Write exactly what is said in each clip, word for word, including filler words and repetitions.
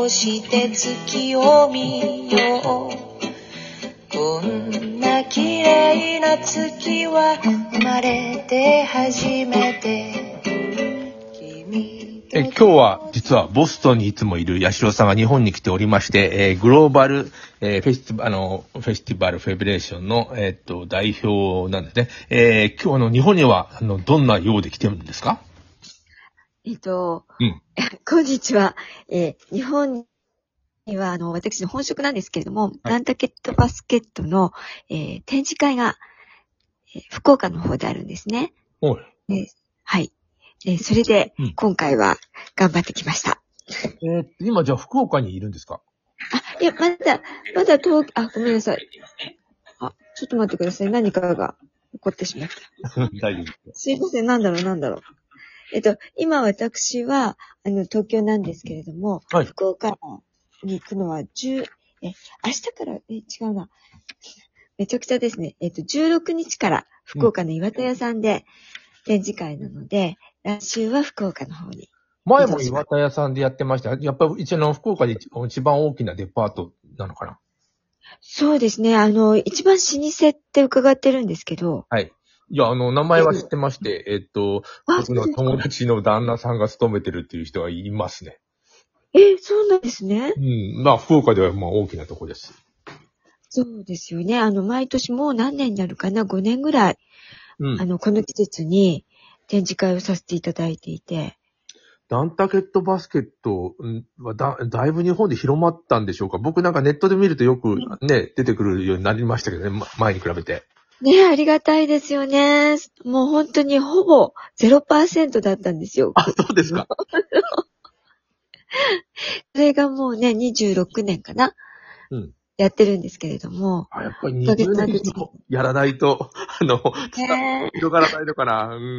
して月を見よう。こんな綺麗な月は生まれて初めて。 え今日は実はボストンにいつもいる八代さんが日本に来ておりまして、えー、グローバル、えー、フェスティバル、あの、フェスティバルフェデレーションの、えー、っと、代表なんですね。えー、今日あの、日本には、あの、どんな用で来てるんですか？ えっと、 うん。 こんにちは。えー、日本には、あの、私の本職なんですけれども、はい、ナンタケットバスケットの、えー、展示会が、えー、福岡の方であるんですね。 おい。 えー、はい。えー、それで、うん、今回は頑張ってきました。 えー、今じゃあ福岡にいるんですか？ あ、いや、まだ、まだ東、あ、ごめんなさい。あ、ちょっと待ってください。何かが起こってしまった。 大丈夫です。 すいません。なんだろう、なんだろう。えっと、今私は、あの、東京なんですけれども、はい、福岡に行くのはじゅう、え、明日から、え、違うな。めちゃくちゃですね。えっと、じゅうろくにちから福岡の岩田屋さんで展示会なので、うん、来週は福岡の方に。 前も岩田屋さんでやってました。やっぱり一応の福岡で一番大きなデパートなのかな？ そうですね。あの、一番老舗って伺ってるんですけど。 はい。いや、あの、名前は知ってまして、えっと、僕の友達の旦那さんが勤めてるっていう人がいますね。 え、そうなんですね。 うん。まあ、福岡ではまあ大きなとこです。 そうですよね。あの、毎年もう何年になるかな、ごねんぐらい、うん、あの、この季節に展示会をさせていただいていて。 ナンタケットバスケットはだ、だいぶ日本で広まったんでしょうか？僕なんかネットで見るとよくね、出てくるようになりましたけどね、前に比べて。 ね、ありがたいですよね。もう本当にほぼ ゼロパーセント だったんですよ。 あ、そうですか。 それがもうね、にじゅうろくねんかな。うん。やってるんですけれども。 あ、やっぱりにじゅうねんやらないと、あの、広がらないのかな。うん、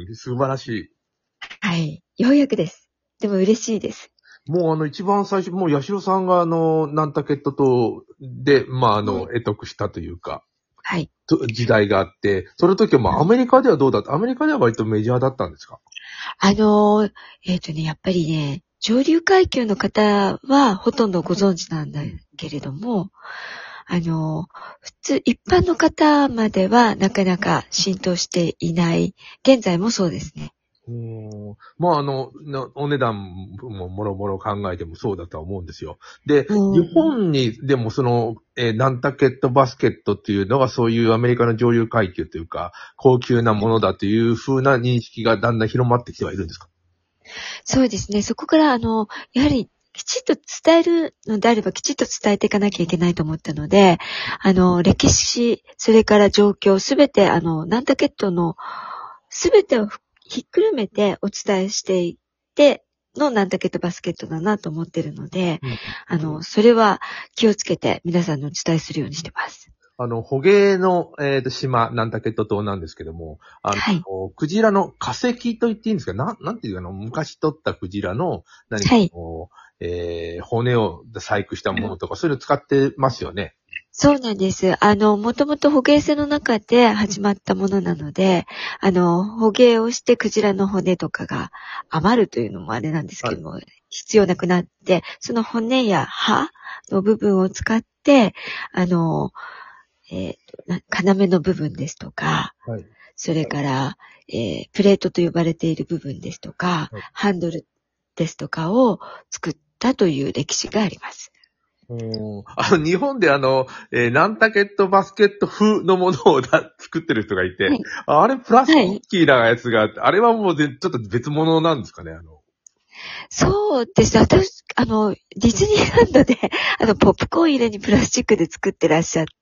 素晴らしい。 はい。ようやくです。でも嬉しいです。 もうあの一番最初、もう八代さんがあの、ナンタケット島で、まああの、得得したというか。 はい。 時代があって、その時はまあアメリカではどうだった？アメリカでは割とメジャーだったんですか？ あのー、えっとね、やっぱりね、上流階級の方はほとんどご存知なんだけれども、あのー、普通、一般の方まではなかなか浸透していない。現在もそうですね。 うんまあ、あの、お値段ももろもろ考えてもそうだとは思うんですよ。で、日本にでもその、えー、ナンタケットバスケットっていうのがそういうアメリカの上流階級というか、高級なものだという風な認識がだんだん広まってきてはいるんですか？ そうですね。そこから、あの、やはり、きちっと伝えるのであれば、きちっと伝えていかなきゃいけないと思ったので、あの、歴史、それから状況、すべて、あの、ナンタケットの、すべてをひっくるめてお伝えしていってのナンタケットバスケットだなと思ってるので、うん、あの、それは気をつけて皆さんにお伝えするようにしてます。 あの、捕鯨の、えー、と島、ナンタケット島なんですけども、あの、はい、クジラの化石と言っていいんですか？な、なんていうかな、昔取ったクジラの何かこう、はい、えー、骨を細工したものとか、そういうの使ってますよね。 そうなんです。あの、もともと捕鯨船の中で始まったものなので、あの、捕鯨をしてクジラの骨とかが余るというのもあれなんですけども、はい、必要なくなって、その骨や歯の部分を使って、あの、えー、要の部分ですとか、はい、それから、えー、プレートと呼ばれている部分ですとか、はい、ハンドルですとかを作ったという歴史があります。 あの、日本であの、えー、ナンタケットバスケット風のものをだ作ってる人がいて、はい、あれプラスチッキーなやつがあって、はい、あれはもうでちょっと別物なんですかね、あの。 そうです。私、あの、ディズニーランドで、あの、ポップコーン入れにプラスチックで作ってらっしゃって、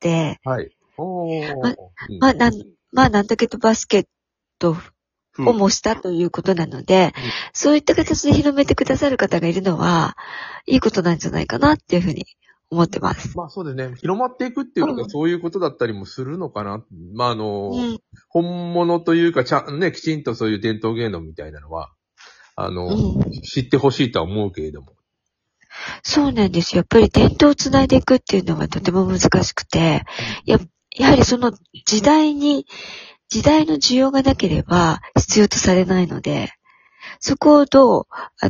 はい。おー。 ま、まあ、なん、まあ、ナンタケットバスケットを模したということなので、うん、そういった形で広めてくださる方がいるのは、いいことなんじゃないかなっていうふうに思ってます。 まあそうですね。広まっていくっていうことは、うん、そういうことだったりもするのかな。まああの、うん、本物というか、ちゃんね、きちんとそういう伝統芸能みたいなのは、あの、うん、知ってほしいとは思うけれども。 そうなんですよ。やっぱり伝統をつないでいくっていうのがとても難しくて、や、やはりその時代に、時代の需要がなければ必要とされないので、そこをどう、あの、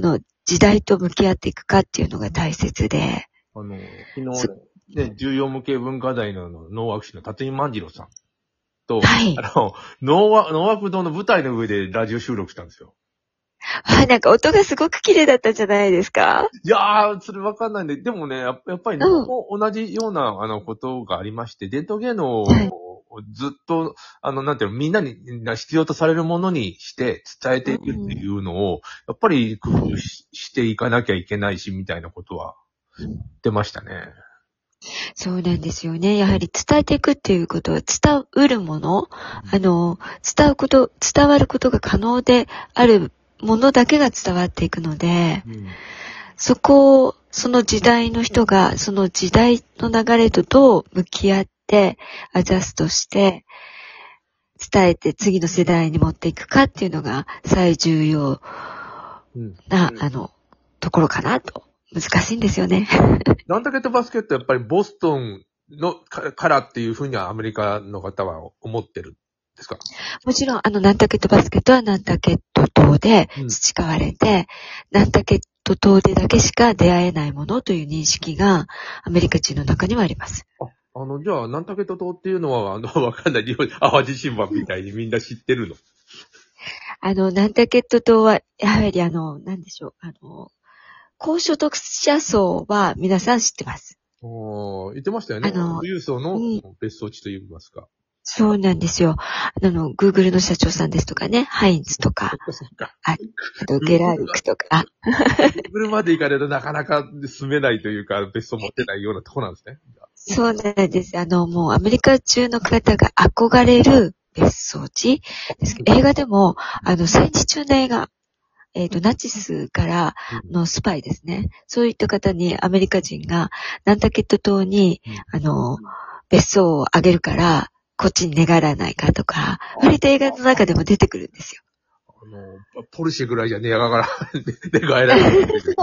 時代と向き合っていくかっていうのが大切で。 あの、昨日ね、重要無形文化財の能楽師の辰巳万次郎さんと、 はい。 あの、能楽、能楽堂の舞台の上でラジオ収録したんですよ。 はい、なんか音がすごく綺麗だったんじゃないですか？ いやー、それわかんないんで、でもね、やっぱりね、 うん。 も同じような、あの、ことがありまして、伝統芸能をはい。 ずっと、あの、なんていうの、みんなに必要とされるものにして伝えていくってうんいうのを、やっぱり工夫し、していかなきゃいけないし、みたいなことは言ってましたね。 そうなんですよね。やはり伝えていくっていうことは伝うるもの、あの、伝うこと、伝わることが可能であるものだけが伝わっていくので、 うん、 そこを、その時代の人が、その時代の流れとどう向き合って、アジャストして、伝えて次の世代に持っていくかっていうのが最重要な、あの、ところかなと。難しいんですよね。 ナンタケットバスケットやっぱりボストンのからっていうふうにはアメリカの方は思ってるんですか？ もちろん、あの、ナンタケットバスケットはナンタケット島で培われて、うん、ナンタケット島でだけしか出会えないものという認識がアメリカ人の中にはあります。 あ、あの、じゃあ、ナンタケット島っていうのは、あの、わかんない。日本、淡路島みたいにみんな知ってるの？ あの、ナンタケット島は、やはりあの、なんでしょう、あの、高所得者層は皆さん知ってます。 ああ、言ってましたよね。 あの、 富裕層のうん、 別荘地と言いますか。 そうなんですよ。あの、Google の社長さんですとかね、ハインズとか、ああとゲラルクとか。 Google まで行かれるとなかなか住めないというか、別荘持ってないようなとこなんですね。 そうなんです。あの、もうアメリカ中の方が憧れる別荘地です。映画でも、あの、戦時中の映画、えっと、ナチスからのスパイですね。そういった方にアメリカ人がナンタケット島に、あの、別荘をあげるから、こっちに願らないかとか、割と映画の中でも出てくるんですよ。 あの、ポルシェぐらいじゃねえがら、願えない。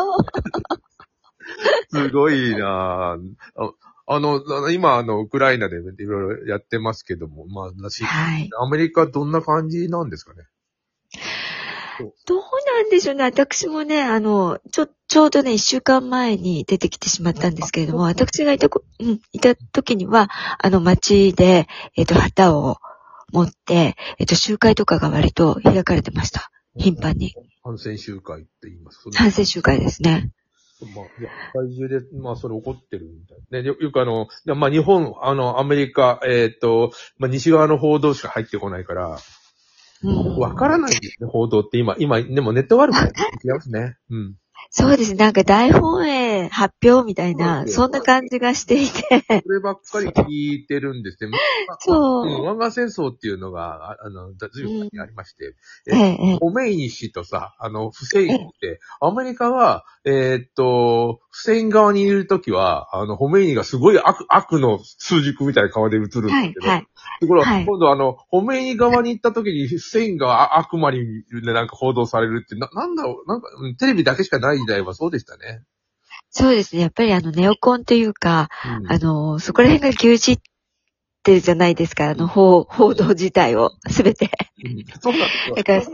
すごいなぁ。あの、今、あの、ウクライナでいろいろやってますけども、まあ、はい、アメリカどんな感じなんですかね？ どうなんでしょうね。私もね、あの、ちょ、ちょうどね、一週間前に出てきてしまったんですけれども、私がいた、うん、いた時には、あの、街で、えっと、旗を持って、えっと、集会とかが割と開かれてました。頻繁に。 反戦集会って言います。 反戦集会ですね。 まあ、いや、世界中で、まあ、それ起こってるみたいな。ね、よ、よくあの、まあ、日本、あの、アメリカ、えっと、まあ、西側の報道しか入ってこないから、わ、うん、からないんですね、報道って今、今、でもネットワークが違いますね。うん。 そうですね。なんか大本営発表みたいな、そんな感じがしていて。 そればっかり聞いてるんですね。そう。うん、湾岸戦争っていうのが、あの、ずいぶんありまして、うん、ええ、ホメイニ氏とさ、あの、フセインって、アメリカは、えー、っと、フセイン側にいるときは、あの、ホメイニがすごい悪、悪の数軸みたいな顔で映るんですけど、はいはい、ところが、はい、今度あの、ホメイニ側に行ったときに、フセインが悪魔になんか報道されるって、な、なんだろう、なんか、テレビだけしかない時代はそうでしたね。そうですね。やっぱりあの、ネオコンというか、うん、あの、そこら辺が牛耳ってるじゃないですか。あの、報、報道自体を、すべて。うん、そうなんですよ。だから、うん、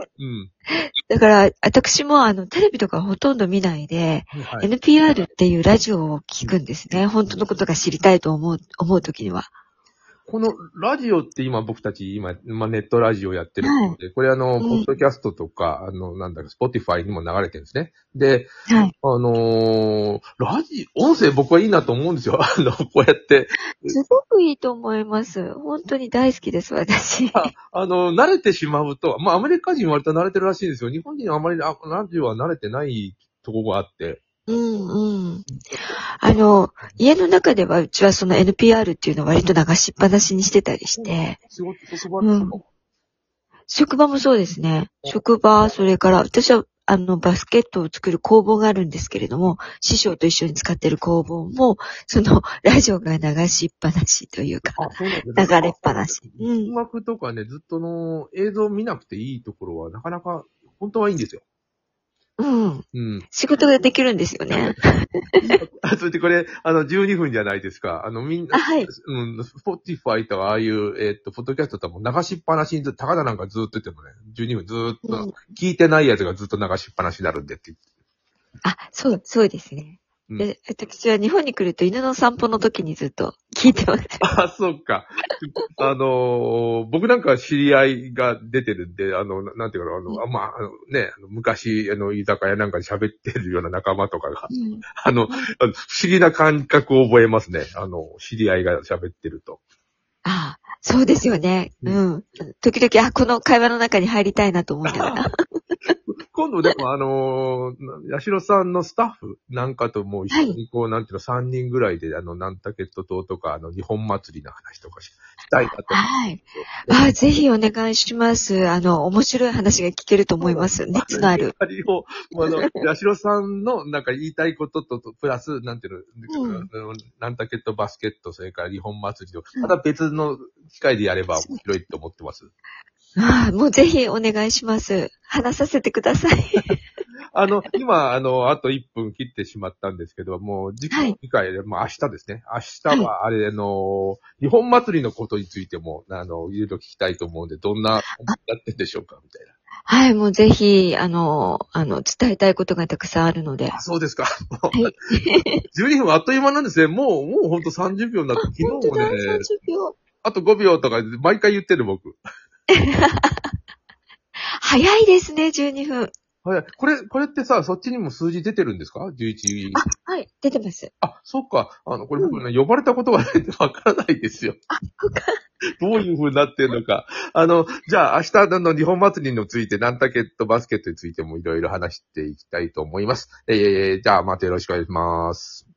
だから、私もあの、テレビとかほとんど見ないで、はい、エヌピーアール っていうラジオを聞くんですね。本当のことが知りたいと思う、思うときには。このラジオって今僕たち今、まあ、ネットラジオやってるので、はい、これあの、ポッドキャストとか、あの、なんだろう、スポティファイにも流れてるんですね。で、はい、あのー、ラジオ、音声僕はいいなと思うんですよ。あの、こうやって。すごくいいと思います。本当に大好きです、私。あ, あの、慣れてしまうと、まあ、アメリカ人割と慣れてるらしいんですよ。日本人はあまりラジオは慣れてないところがあって。うんうん。あの、家の中ではうちはその エヌピーアール っていうのを割と流しっぱなしにしてたりして。仕事、職場ですか？うん、職場もそうですね。職場、それから私はあのバスケットを作る工房があるんですけれども、師匠と一緒に使ってる工房も、そのラジオが流しっぱなしというか、流れっぱなし。うん。音楽とかね、ずっとの映像見なくていいところはなかなか本当はいいんですよ。うん。うん。仕事ができるんですよね。それでこれ、あの、じゅうにふんじゃないですか。あの、みんな、はい。うん、Spotify とか、ああいう、えー、っと、ポッドキャストとかも流しっぱなしにずっと、高田なんかずっと言ってもね、じゅうにふんずっと、聞いてないやつがずっと流しっぱなしになるんでって言って。 あ、そう、そうですね。 うんで、私は日本に来ると犬の散歩の時にずっと聞いてます。 あ、そうか。あのー僕なんか知り合いが出てるんで、あの、ななんていうかな、あの、あまあ、あのね、あの昔、あの、居酒屋なんかで喋ってるような仲間とかが、 うん。 あの、あの不思議な感覚を覚えますね。あの、知り合いが喋ってると。 ああ、そうですよね。 ううん。時々、あ、この会話の中に入りたいなと思いながら。 今度でもあのー、やしろさんのスタッフなんかとも一緒にこう、なんていうの、さんにんぐらいで、あの、ナンタケット島とか、あの、日本祭りの話とかししたいなと。 はい。あ、ぜひお願いします。あの、面白い話が聞けると思います。熱のある。 あれを、あの、やしろさんのなんか言いたいことと、プラス、なんていうの、 うんあのナンタケットバスケット、それから日本祭りを、また別の機会でやれば面白いと思ってます。 ああ、もうぜひお願いします。話させてください。 あの、今、あの、あといっぷん切ってしまったんですけど、もう次回、 はい次回、もう明日ですね。明日は、あれ、あの、日本祭りのことについても、あの、いろいろ聞きたいと思うんで、どんな、やってんでしょうか、みたいな。 はい、もうぜひ、あの、あの、伝えたいことがたくさんあるので。 あ、そうですか。 はいじゅうにふんあっという間なんですね。もう、もうほんとさんじゅうびょうになって、昨日もね、 さんじゅうびょう。 あとごびょうとか、毎回言ってる僕。 早いですね、じゅうにふん。 はい。これ、これってさ、そっちにも数字出てるんですか ?じゅういち。 あ、はい、出てます。 あ、そっか。あの、これ僕ね、呼ばれたことがないんでわからないですよ。 あ、そっか。 どういう風になってんのか。あの、じゃあ明日の日本祭りについて、ナンタケットバスケットについてもいろいろ話していきたいと思います。えー、じゃあまたよろしくお願いします。